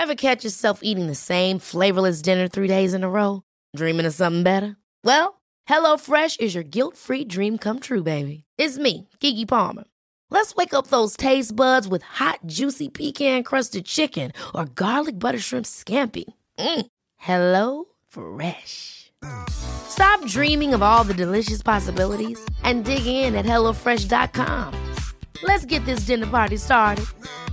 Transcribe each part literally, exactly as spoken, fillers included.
Ever catch yourself eating the same flavorless dinner three days in a row? Dreaming of something better? Well, HelloFresh is your guilt-free dream come true, baby. It's me, Keke Palmer. Let's wake up those taste buds with hot, juicy pecan-crusted chicken or garlic butter shrimp scampi. Mm. Hello Fresh. Stop dreaming of all the delicious possibilities and dig in at hello fresh dot com. Let's get this dinner party started.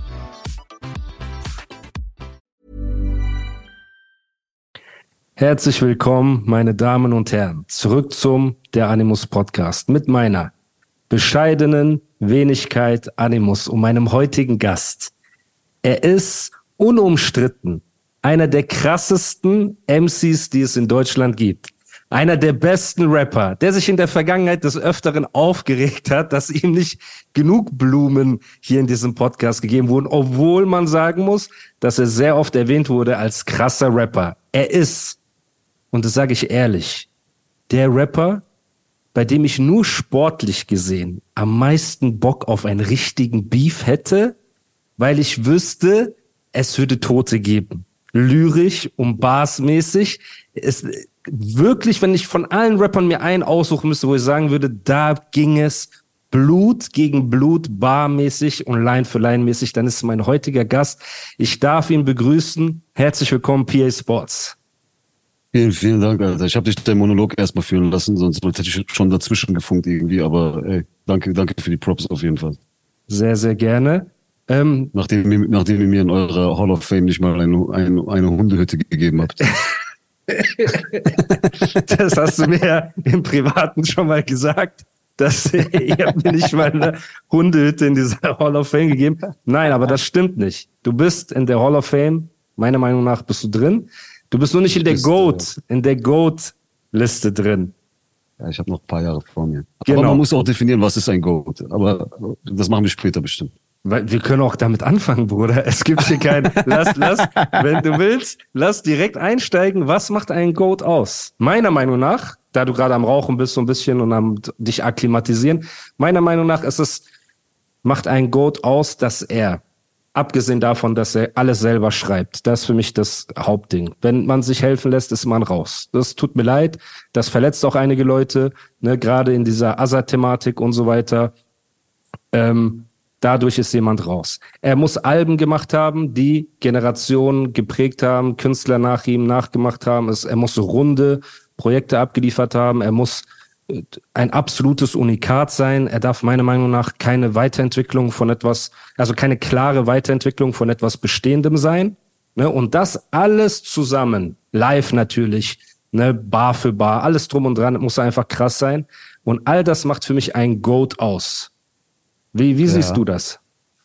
Herzlich willkommen, meine Damen und Herren, zurück zum Der Animus Podcast mit meiner bescheidenen Wenigkeit Animus und meinem heutigen Gast. Er ist unumstritten einer der krassesten M Cs, die es in Deutschland gibt. Einer der besten Rapper, der sich in der Vergangenheit des Öfteren aufgeregt hat, dass ihm nicht genug Blumen hier in diesem Podcast gegeben wurden, obwohl man sagen muss, dass er sehr oft erwähnt wurde als krasser Rapper. Er ist, und das sage ich ehrlich, der Rapper, bei dem ich nur sportlich gesehen am meisten Bock auf einen richtigen Beef hätte, weil ich wüsste, es würde Tote geben. Lyrisch und bassmäßig. Es wirklich, wenn ich von allen Rappern mir einen aussuchen müsste, wo ich sagen würde, da ging es Blut gegen Blut, barmäßig und Line für Line mäßig, dann ist mein heutiger Gast. Ich darf ihn begrüßen. Herzlich willkommen, P A Sports. Vielen, vielen Dank, Alter. Ich habe dich den Monolog erstmal führen lassen, sonst hätte ich schon dazwischen gefunkt irgendwie, aber ey, danke, danke für die Props auf jeden Fall. Sehr, sehr gerne. Ähm, nachdem, nachdem ihr mir in eurer Hall of Fame nicht mal eine, eine, eine Hundehütte gegeben habt. Das hast du mir ja im Privaten schon mal gesagt, dass ihr habt mir nicht mal eine Hundehütte in dieser Hall of Fame gegeben. Nein, aber das stimmt nicht. Du bist in der Hall of Fame, meiner Meinung nach bist du drin. Du bist nur nicht in der GOAT, in der GOAT-Liste drin. Ja, ich habe noch ein paar Jahre vor mir. Genau. Aber man muss auch definieren, was ist ein GOAT. Aber das machen wir später bestimmt. Weil wir können auch damit anfangen, Bruder. Es gibt hier kein, lass, lass, wenn du willst, lass direkt einsteigen. Was macht einen GOAT aus? Meiner Meinung nach, da du gerade am Rauchen bist so ein bisschen und am dich akklimatisieren, meiner Meinung nach ist es, macht einen GOAT aus, dass er, abgesehen davon, dass er alles selber schreibt, das ist für mich das Hauptding. Wenn man sich helfen lässt, ist man raus. Das tut mir leid, das verletzt auch einige Leute, ne, gerade in dieser Azad-Thematik und so weiter. Ähm, Dadurch ist jemand raus. Er muss Alben gemacht haben, die Generationen geprägt haben, Künstler nach ihm nachgemacht haben. Es, er muss runde Projekte abgeliefert haben. Er muss ein absolutes Unikat sein. Er darf meiner Meinung nach keine Weiterentwicklung von etwas, also keine klare Weiterentwicklung von etwas Bestehendem sein. Ne? Und das alles zusammen, live natürlich, ne, Bar für Bar, alles drum und dran, muss einfach krass sein. Und all das macht für mich ein GOAT aus. Wie, wie siehst ja. du das?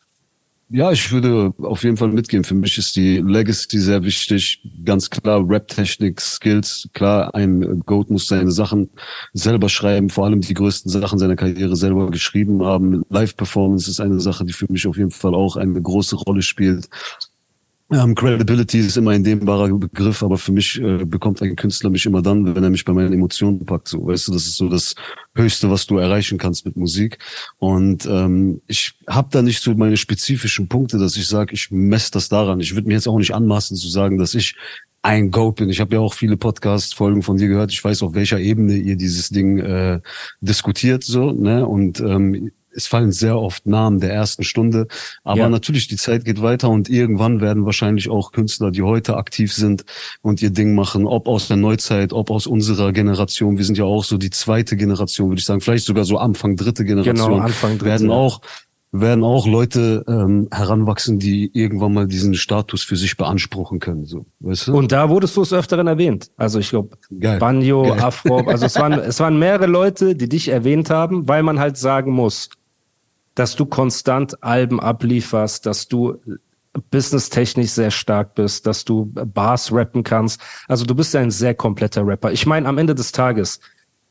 Ja, ich würde auf jeden Fall mitgehen. Für mich ist die Legacy sehr wichtig. Ganz klar, Rap-Technik, Skills. Klar, ein GOAT muss seine Sachen selber schreiben, vor allem die größten Sachen seiner Karriere selber geschrieben haben. Live-Performance ist eine Sache, die für mich auf jeden Fall auch eine große Rolle spielt. Um, Credibility ist immer ein dehnbarer Begriff, aber für mich äh, bekommt ein Künstler mich immer dann, wenn er mich bei meinen Emotionen packt. So, weißt du, das ist so das Höchste, was du erreichen kannst mit Musik. Und ähm, ich habe da nicht so meine spezifischen Punkte, dass ich sage, ich messe das daran. Ich würde mir jetzt auch nicht anmaßen zu sagen, dass ich ein GOAT bin. Ich habe ja auch viele Podcast-Folgen von dir gehört. Ich weiß, auf welcher Ebene ihr dieses Ding äh, diskutiert, so, ne? Und ähm, es fallen sehr oft Namen der ersten Stunde, aber ja. Natürlich, die Zeit geht weiter und irgendwann werden wahrscheinlich auch Künstler, die heute aktiv sind und ihr Ding machen, ob aus der Neuzeit, ob aus unserer Generation, wir sind ja auch so die zweite Generation, würde ich sagen, vielleicht sogar so Anfang dritte Generation, genau, Anfang dritte, werden auch werden auch Leute ähm, heranwachsen, die irgendwann mal diesen Status für sich beanspruchen können, so, weißt du? Und da wurdest du es öfteren erwähnt. Also ich glaube, Banjo, Geil. Afro, also es waren es waren mehrere Leute, die dich erwähnt haben, weil man halt sagen muss, dass du konstant Alben ablieferst, dass du businesstechnisch sehr stark bist, dass du Bars rappen kannst. Also du bist ja ein sehr kompletter Rapper. Ich meine, am Ende des Tages,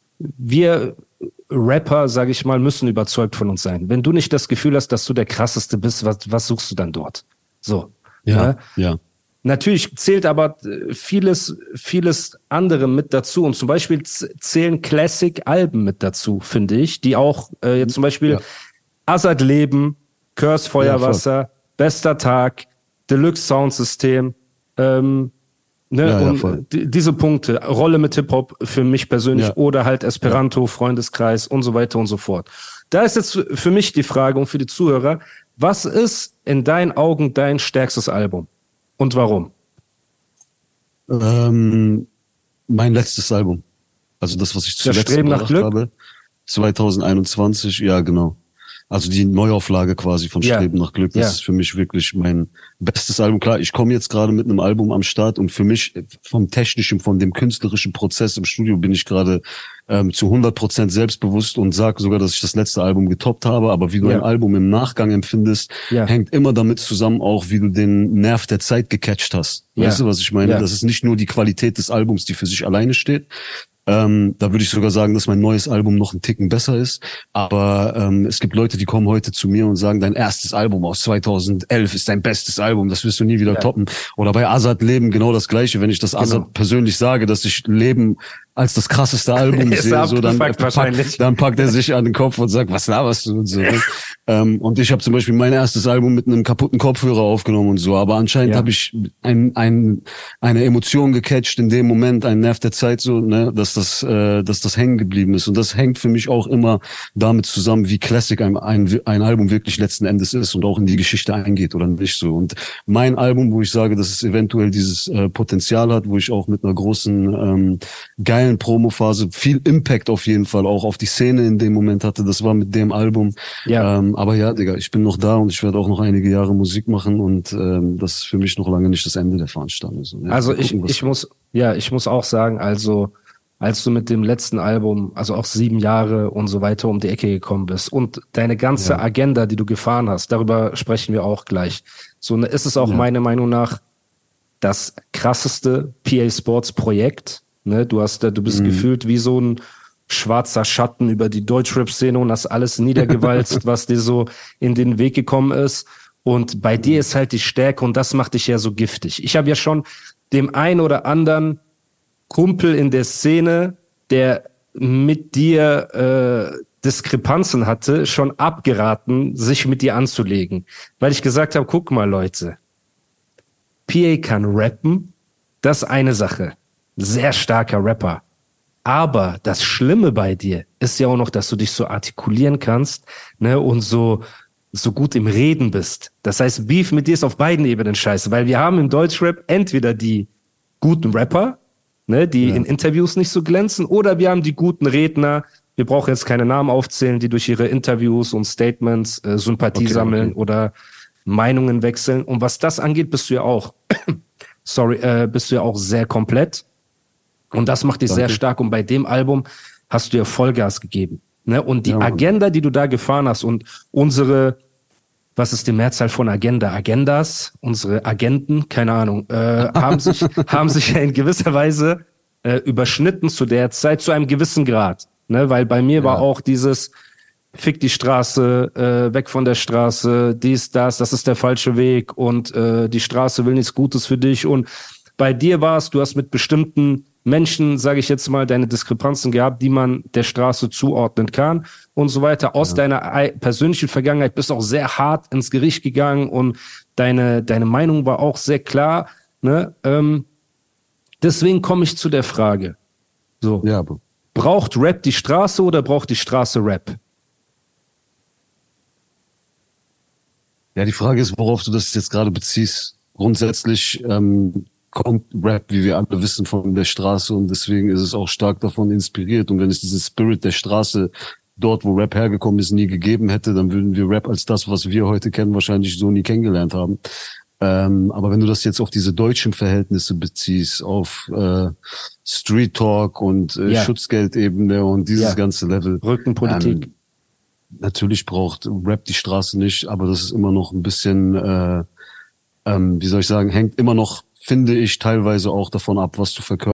wir Rapper, sage ich mal, müssen überzeugt von uns sein. Wenn du nicht das Gefühl hast, dass du der Krasseste bist, was, was suchst du dann dort? So. Ja, ne? ja. Natürlich zählt aber vieles, vieles andere mit dazu. Und zum Beispiel zählen Classic-Alben mit dazu, finde ich, die auch äh, jetzt zum Beispiel ja. Azad Leben, Curse Feuerwasser, ja, Bester Tag, Deluxe Soundsystem, Ähm, ne? Ja, ja, und voll. die, diese Punkte, Rolle mit Hip-Hop für mich persönlich Ja. oder halt Esperanto, Freundeskreis und so weiter und so fort. Da ist jetzt für mich die Frage und für die Zuhörer, was ist in deinen Augen dein stärkstes Album und warum? Ähm, mein letztes Album. Also das, was ich zuletzt Streben nach gebracht Glück? habe. zwanzig einundzwanzig, ja genau. Also die Neuauflage quasi von Ja. Streben nach Glück, das Ja. ist für mich wirklich mein bestes Album. Klar, ich komme jetzt gerade mit einem Album am Start und für mich vom technischen, von dem künstlerischen Prozess im Studio bin ich gerade ähm, zu hundert Prozent selbstbewusst und sage sogar, dass ich das letzte Album getoppt habe. Aber wie du Ja. ein Album im Nachgang empfindest, Ja. hängt immer damit zusammen auch, wie du den Nerv der Zeit gecatcht hast. Ja. Weißt du, was ich meine? Ja. Das ist nicht nur die Qualität des Albums, die für sich alleine steht. Ähm, da würde ich sogar sagen, dass mein neues Album noch einen Ticken besser ist. Aber ähm, es gibt Leute, die kommen heute zu mir und sagen, dein erstes Album aus zweitausendelf ist dein bestes Album, das wirst du nie wieder Ja. toppen. Oder bei Azad Leben genau das Gleiche. Wenn ich das Genau. Azad persönlich sage, dass ich Leben als das krasseste Album Ist sehe, so dann abgefuckt wahrscheinlich. packt, dann packt er sich an den Kopf und sagt, was laberst du und so. ähm, und ich habe zum Beispiel mein erstes Album mit einem kaputten Kopfhörer aufgenommen und so. Aber anscheinend Ja. habe ich ein, ein, eine Emotion gecatcht in dem Moment, einen Nerv der Zeit, so, ne, dass das, äh, dass das hängen geblieben ist. Und das hängt für mich auch immer damit zusammen, wie Classic ein, ein, ein Album wirklich letzten Endes ist und auch in die Geschichte eingeht oder nicht so. Und mein Album, wo ich sage, dass es eventuell dieses äh, Potenzial hat, wo ich auch mit einer großen, ähm, geilen Promophase viel Impact auf jeden Fall auch auf die Szene in dem Moment hatte, das war mit dem Album. Ja. Ähm, aber ja, Digga, ich bin noch da und ich werde auch noch einige Jahre Musik machen und ähm, das ist für mich noch lange nicht das Ende der Fahnenstange. So, ja, Also mal ich, gucken, was- ich muss, ja, ich muss auch sagen, also als du mit dem letzten Album, also auch sieben Jahre und so weiter um die Ecke gekommen bist und deine ganze Ja. Agenda, die du gefahren hast, darüber sprechen wir auch gleich. So ne, ist es auch Ja. meiner Meinung nach das krasseste P A Sports Projekt. Ne, du hast, da- du bist Mhm. gefühlt wie so ein schwarzer Schatten über die Deutschrap-Szene und hast alles niedergewalzt, was dir so in den Weg gekommen ist. Und bei dir ist halt die Stärke und das macht dich ja so giftig. Ich habe ja schon dem einen oder anderen Kumpel in der Szene, der mit dir äh, Diskrepanzen hatte, schon abgeraten, sich mit dir anzulegen. Weil ich gesagt habe, guck mal Leute, P A kann rappen, das ist eine Sache. Sehr starker Rapper. Aber das Schlimme bei dir ist ja auch noch, dass du dich so artikulieren kannst, ne, und so, so gut im Reden bist. Das heißt, Beef mit dir ist auf beiden Ebenen scheiße, weil wir haben im Deutschrap entweder die guten Rapper, ne, die Ja. in Interviews nicht so glänzen, oder wir haben die guten Redner. Wir brauchen jetzt keine Namen aufzählen, die durch ihre Interviews und Statements äh, Sympathie Okay, sammeln okay. oder Meinungen wechseln. Und was das angeht, bist du ja auch, sorry, äh, bist du ja auch sehr komplett. Und das macht dich Danke. sehr stark. Und bei dem Album hast du ja Vollgas gegeben. Ne? Und die Ja, Mann. Agenda, die du da gefahren hast und unsere, was ist die Mehrzahl von Agenda? Agendas, unsere Agenten, keine Ahnung, äh, haben sich, haben sich ja in gewisser Weise äh, überschnitten zu der Zeit, zu einem gewissen Grad. Ne? Weil bei mir war Ja. auch dieses Fick die Straße, äh, weg von der Straße, dies, das, das ist der falsche Weg und äh, die Straße will nichts Gutes für dich. Und bei dir war es, du hast mit bestimmten Menschen, sage ich jetzt mal, deine Diskrepanzen gehabt, die man der Straße zuordnen kann und so weiter. Aus Ja. deiner ei- persönlichen Vergangenheit bist du auch sehr hart ins Gericht gegangen und deine, deine Meinung war auch sehr klar. Ne? Ähm, deswegen komme ich zu der Frage. So, Ja, Bro. braucht Rap die Straße oder braucht die Straße Rap? Ja, die Frage ist, worauf du das jetzt gerade beziehst. Grundsätzlich ähm, kommt Rap, wie wir alle wissen, von der Straße und deswegen ist es auch stark davon inspiriert. Und wenn es diesen Spirit der Straße dort, wo Rap hergekommen ist, nie gegeben hätte, dann würden wir Rap als das, was wir heute kennen, wahrscheinlich so nie kennengelernt haben. Ähm, aber wenn du das jetzt auf diese deutschen Verhältnisse beziehst, auf äh, Street Talk und äh, Ja. Schutzgeldebene und dieses Ja. ganze Level, Rückenpolitik. Ähm, natürlich braucht Rap die Straße nicht, aber das ist immer noch ein bisschen, äh, ähm, wie soll ich sagen, hängt immer noch, finde ich, teilweise auch davon ab, was du verkörperst.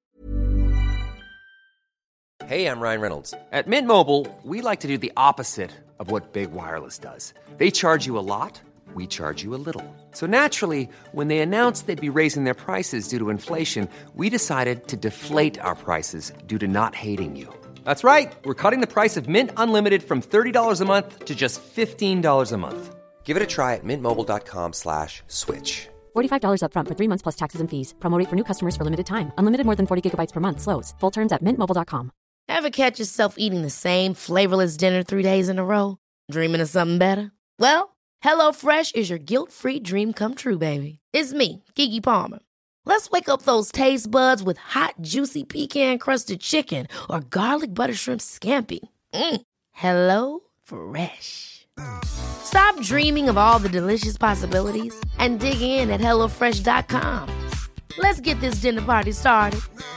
Hey, I'm Ryan Reynolds. At Mint Mobile, we like to do the opposite of what Big Wireless does. They charge you a lot, we charge you a little. So naturally, when they announced they'd be raising their prices due to inflation, we decided to deflate our prices due to not hating you. That's right. We're cutting the price of Mint Unlimited from thirty dollars a month to just fifteen dollars a month. Give it a try at mintmobile.com slash switch. forty-five dollars up front for three months plus taxes and fees. Promo rate for new customers for limited time. Unlimited more than forty gigabytes per month. Slows full terms at mint mobile dot com. Ever catch yourself eating the same flavorless dinner three days in a row? Dreaming of something better? Well, HelloFresh is your guilt-free dream come true, baby. It's me, Keke Palmer. Let's wake up those taste buds with hot, juicy pecan-crusted chicken or garlic butter shrimp scampi. Mm. Hello Fresh. Stop dreaming of all the delicious possibilities and dig in at hello fresh dot com. Let's get this dinner party started.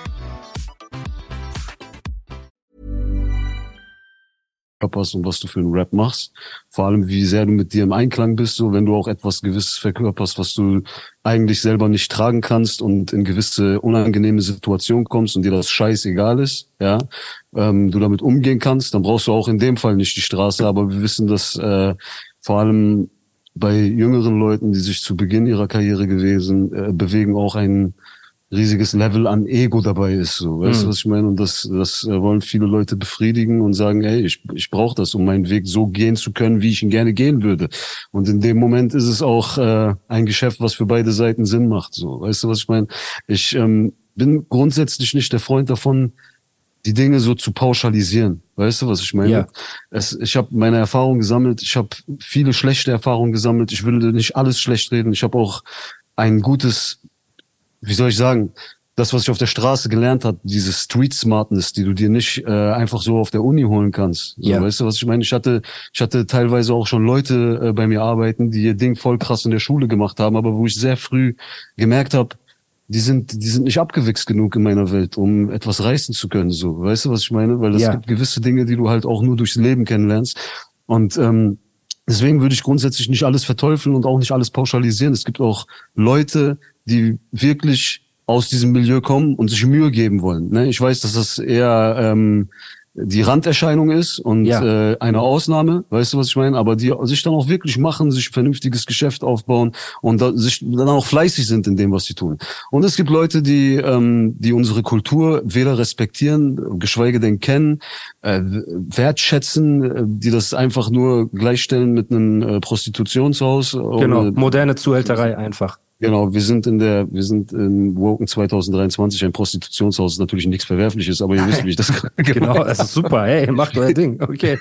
Körperst und was du für einen Rap machst. Vor allem, wie sehr du mit dir im Einklang bist, so wenn du auch etwas Gewisses verkörperst, was du eigentlich selber nicht tragen kannst und in gewisse unangenehme Situationen kommst und dir das scheißegal ist, ja, ähm, du damit umgehen kannst, dann brauchst du auch in dem Fall nicht die Straße, aber wir wissen, dass äh, vor allem bei jüngeren Leuten, die sich zu Beginn ihrer Karriere gewesen äh, bewegen, auch ein riesiges Level an Ego dabei ist, so, weißt du, mhm. was ich meine? Und das, das äh, wollen viele Leute befriedigen und sagen, ey, ich, ich brauche das, um meinen Weg so gehen zu können, wie ich ihn gerne gehen würde. Und in dem Moment ist es auch äh, ein Geschäft, was für beide Seiten Sinn macht, so, weißt du, was ich meine? Ich ähm, bin grundsätzlich nicht der Freund davon, die Dinge so zu pauschalisieren, weißt du, was ich meine? Ja. Es, ich habe meine Erfahrungen gesammelt, ich habe viele schlechte Erfahrungen gesammelt, ich will nicht alles schlecht reden, ich habe auch ein gutes, wie soll ich sagen, das, was ich auf der Straße gelernt habe, diese Street Smartness, die du dir nicht äh, einfach so auf der Uni holen kannst. So, ja. Weißt du, was ich meine? Ich hatte ich hatte teilweise auch schon Leute äh, bei mir arbeiten, die ihr Ding voll krass in der Schule gemacht haben, aber wo ich sehr früh gemerkt habe, die sind die sind nicht abgewichst genug in meiner Welt, um etwas reißen zu können. So, weißt du, was ich meine? Weil es ja. gibt gewisse Dinge, die du halt auch nur durchs Leben kennenlernst. Und ähm, deswegen würde ich grundsätzlich nicht alles verteufeln und auch nicht alles pauschalisieren. Es gibt auch Leute, die wirklich aus diesem Milieu kommen und sich Mühe geben wollen. Ne? Ich weiß, dass das eher ähm, die Randerscheinung ist und ja. äh, eine Ausnahme, weißt du, was ich meine? Aber die sich dann auch wirklich machen, sich ein vernünftiges Geschäft aufbauen und da, sich dann auch fleißig sind in dem, was sie tun. Und es gibt Leute, die ähm, die unsere Kultur weder respektieren, geschweige denn kennen, äh, wertschätzen, die das einfach nur gleichstellen mit einem äh, Prostitutionshaus. Genau, oder, moderne Zuhälterei einfach. Genau, wir sind in der, wir sind in Woken zwanzig dreiundzwanzig, ein Prostitutionshaus, ist natürlich nichts Verwerfliches, aber ihr wisst, wie ich das gerade Genau, das ist super, hey, macht euer Ding, okay.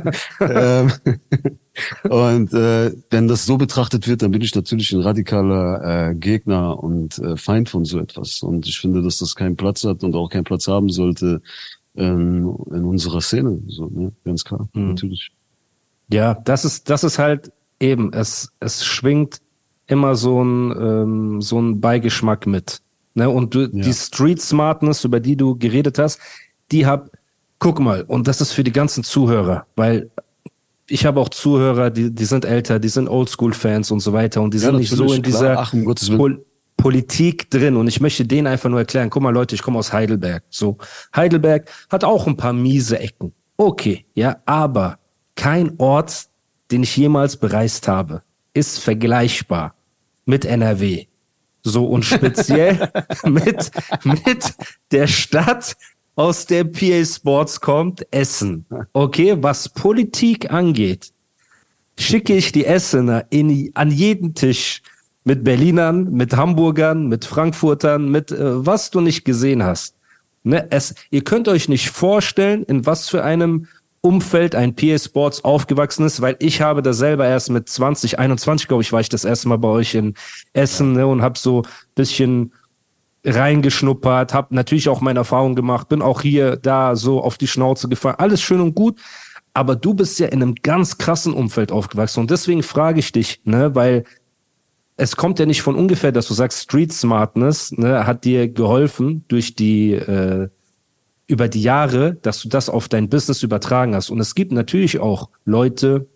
ähm, und äh, wenn das so betrachtet wird, dann bin ich natürlich ein radikaler äh, Gegner und äh, Feind von so etwas. Und ich finde, dass das keinen Platz hat und auch keinen Platz haben sollte ähm, in unserer Szene, so, ne, ganz klar, mhm. natürlich. Ja, das ist, das ist halt eben, es, es schwingt immer so ein ähm, so ein Beigeschmack mit, ne? Und du, ja. die Street Smartness, über die du geredet hast, die hab, guck mal, und das ist für die ganzen Zuhörer, weil ich habe auch Zuhörer, die die sind älter, die sind Oldschool-Fans und so weiter und die ja, sind nicht so in klar. dieser Ach, um Gottes Willen. Pol- Politik drin und ich möchte denen einfach nur erklären, guck mal Leute, ich komme aus Heidelberg, so Heidelberg hat auch ein paar miese Ecken, okay, ja, aber kein Ort, den ich jemals bereist habe, ist vergleichbar mit N R W. So und speziell mit, mit der Stadt, aus der P A Sports kommt, Essen. Okay, was Politik angeht, schicke ich die Essener in, an jeden Tisch mit Berlinern, mit Hamburgern, mit Frankfurtern, mit äh, was du nicht gesehen hast. Ne, es, ihr könnt euch nicht vorstellen, in was für einem Umfeld ein P A Sports aufgewachsen ist, weil ich habe da selber erst mit zwanzig einundzwanzig, glaube ich, war ich das erste Mal bei euch in Essen, ne, und habe so bisschen reingeschnuppert, habe natürlich auch meine Erfahrungen gemacht, bin auch hier, da so auf die Schnauze gefallen, alles schön und gut, aber du bist ja in einem ganz krassen Umfeld aufgewachsen und deswegen frage ich dich, ne, weil es kommt ja nicht von ungefähr, dass du sagst, Street Smartness, ne, hat dir geholfen durch die äh, über die Jahre, dass du das auf dein Business übertragen hast. Und es gibt natürlich auch Leute,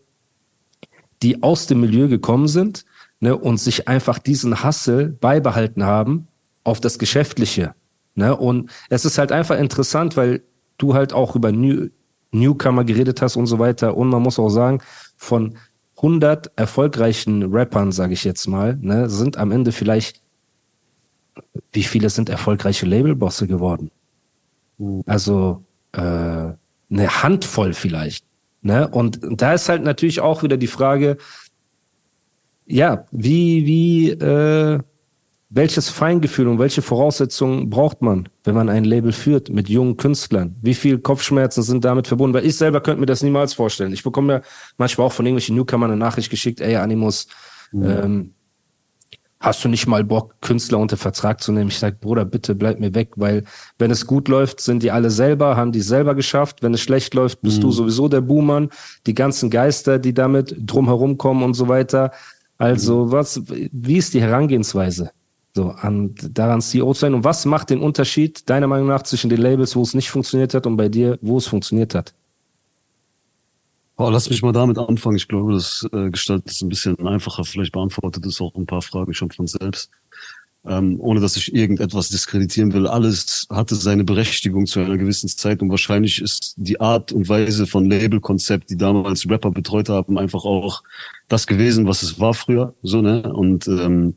die aus dem Milieu gekommen sind, ne, und sich einfach diesen Hustle beibehalten haben auf das Geschäftliche. Ne? Und es ist halt einfach interessant, weil du halt auch über New, Newcomer geredet hast und so weiter. Und man muss auch sagen, von hundert erfolgreichen Rappern, sage ich jetzt mal, ne, sind am Ende vielleicht, wie viele sind erfolgreiche Labelbosse geworden? Also äh, eine Handvoll vielleicht. Ne? Und da ist halt natürlich auch wieder die Frage, ja, wie, wie, äh, welches Feingefühl und welche Voraussetzungen braucht man, wenn man ein Label führt mit jungen Künstlern? Wie viel Kopfschmerzen sind damit verbunden? Weil ich selber könnte mir das niemals vorstellen. Ich bekomme ja manchmal auch von irgendwelchen Newcomern eine Nachricht geschickt, ey Animus, mhm. ähm, hast du nicht mal Bock, Künstler unter Vertrag zu nehmen? Ich sage, Bruder, bitte bleib mir weg, weil wenn es gut läuft, sind die alle selber, haben die selber geschafft. Wenn es schlecht läuft, bist mhm. du sowieso der Buhmann. Die ganzen Geister, die damit drumherum kommen und so weiter. Also mhm. was, wie ist die Herangehensweise? So, an, daran C E O zu sein. Und was macht den Unterschied, deiner Meinung nach, zwischen den Labels, wo es nicht funktioniert hat und bei dir, wo es funktioniert hat? Oh, lass mich mal damit anfangen. Ich glaube, das äh, gestaltet es ein bisschen einfacher. Vielleicht beantwortet es auch ein paar Fragen schon von selbst. Ähm, ohne dass ich irgendetwas diskreditieren will. Alles hatte seine Berechtigung zu einer gewissen Zeit und wahrscheinlich ist die Art und Weise von Labelkonzept, die damals Rapper betreut haben, einfach auch das gewesen, was es war früher. So, ne? Und ähm,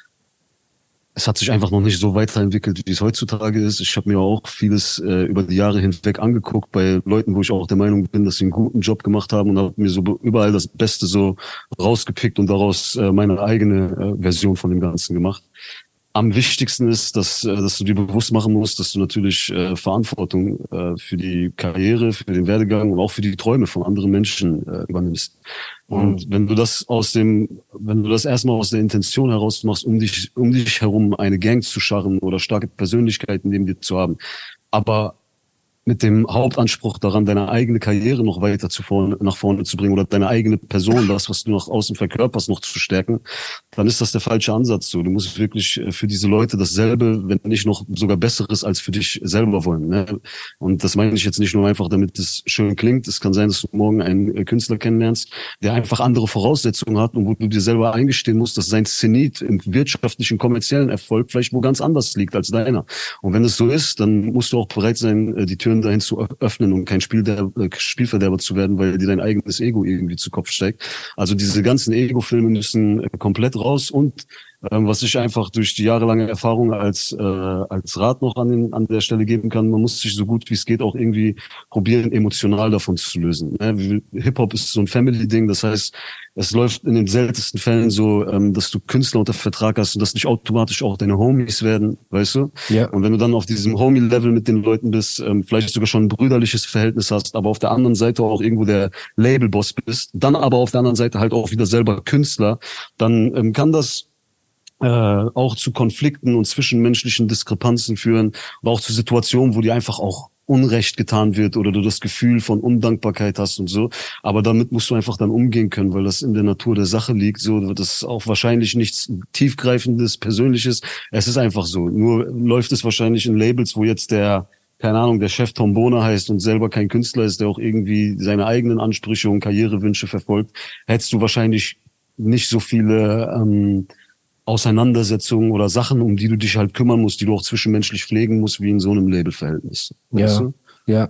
es hat sich einfach noch nicht so weiterentwickelt, wie es heutzutage ist. Ich habe mir auch vieles äh, über die Jahre hinweg angeguckt bei Leuten, wo ich auch der Meinung bin, dass sie einen guten Job gemacht haben und habe mir so überall das Beste so rausgepickt und daraus äh, meine eigene äh, Version von dem Ganzen gemacht. Am wichtigsten ist, dass, äh, dass du dir bewusst machen musst, dass du natürlich äh, Verantwortung äh, für die Karriere, für den Werdegang und auch für die Träume von anderen Menschen äh, übernimmst. Und wenn du das aus dem, wenn du das erstmal aus der Intention heraus machst, um dich, um dich herum eine Gang zu scharren oder starke Persönlichkeiten neben dir zu haben, aber mit dem Hauptanspruch daran, deine eigene Karriere noch weiter zu vorne, nach vorne zu bringen oder deine eigene Person, das, was du nach außen verkörperst, noch zu stärken, dann ist das der falsche Ansatz. So, du musst wirklich für diese Leute dasselbe, wenn nicht noch sogar Besseres als für dich selber wollen. Ne? Und das meine ich jetzt nicht nur einfach, damit es schön klingt. Es kann sein, dass du morgen einen Künstler kennenlernst, der einfach andere Voraussetzungen hat und wo du dir selber eingestehen musst, dass sein Zenit im wirtschaftlichen, kommerziellen Erfolg vielleicht wo ganz anders liegt als deiner. Und wenn es so ist, dann musst du auch bereit sein, die Türen dahin zu öffnen und kein Spiel der, Spielverderber zu werden, weil dir dein eigenes Ego irgendwie zu Kopf steigt. Also diese ganzen Ego-Filme müssen komplett raus und ähm, was ich einfach durch die jahrelange Erfahrung als äh, als Rat noch an den, an der Stelle geben kann, man muss sich so gut wie es geht auch irgendwie probieren, emotional davon zu lösen. Ne? Hip-Hop ist so ein Family-Ding, das heißt, es läuft in den seltensten Fällen so, ähm, dass du Künstler unter Vertrag hast und dass nicht automatisch auch deine Homies werden, weißt du? Ja. Und wenn du dann auf diesem Homie-Level mit den Leuten bist, ähm, vielleicht sogar schon ein brüderliches Verhältnis hast, aber auf der anderen Seite auch irgendwo der Labelboss bist, dann aber auf der anderen Seite halt auch wieder selber Künstler, dann ähm, kann das äh, auch zu Konflikten und zwischenmenschlichen Diskrepanzen führen und auch zu Situationen, wo die einfach auch Unrecht getan wird oder du das Gefühl von Undankbarkeit hast und so. Aber damit musst du einfach dann umgehen können, weil das in der Natur der Sache liegt. So, das ist auch wahrscheinlich nichts tiefgreifendes, Persönliches. Es ist einfach so. Nur läuft es wahrscheinlich in Labels, wo jetzt der, keine Ahnung, der Chef Tom Bohner heißt und selber kein Künstler ist, der auch irgendwie seine eigenen Ansprüche und Karrierewünsche verfolgt, hättest du wahrscheinlich nicht so viele ähm, Auseinandersetzungen oder Sachen, um die du dich halt kümmern musst, die du auch zwischenmenschlich pflegen musst, wie in so einem Labelverhältnis. Ja, weißt du? Ja.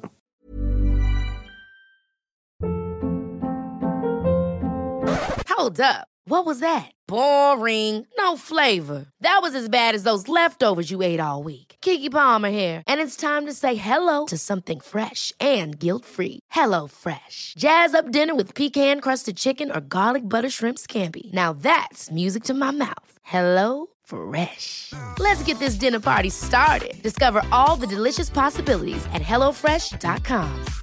Hold up. What was that? Boring. No flavor. That was as bad as those leftovers you ate all week. Keke Palmer here. And it's time to say hello to something fresh and guilt-free. Hello Fresh. Jazz up dinner with pecan-crusted chicken or garlic butter shrimp scampi. Now that's music to my mouth. Hello Fresh. Let's get this dinner party started. Discover all the delicious possibilities at hello fresh dot com.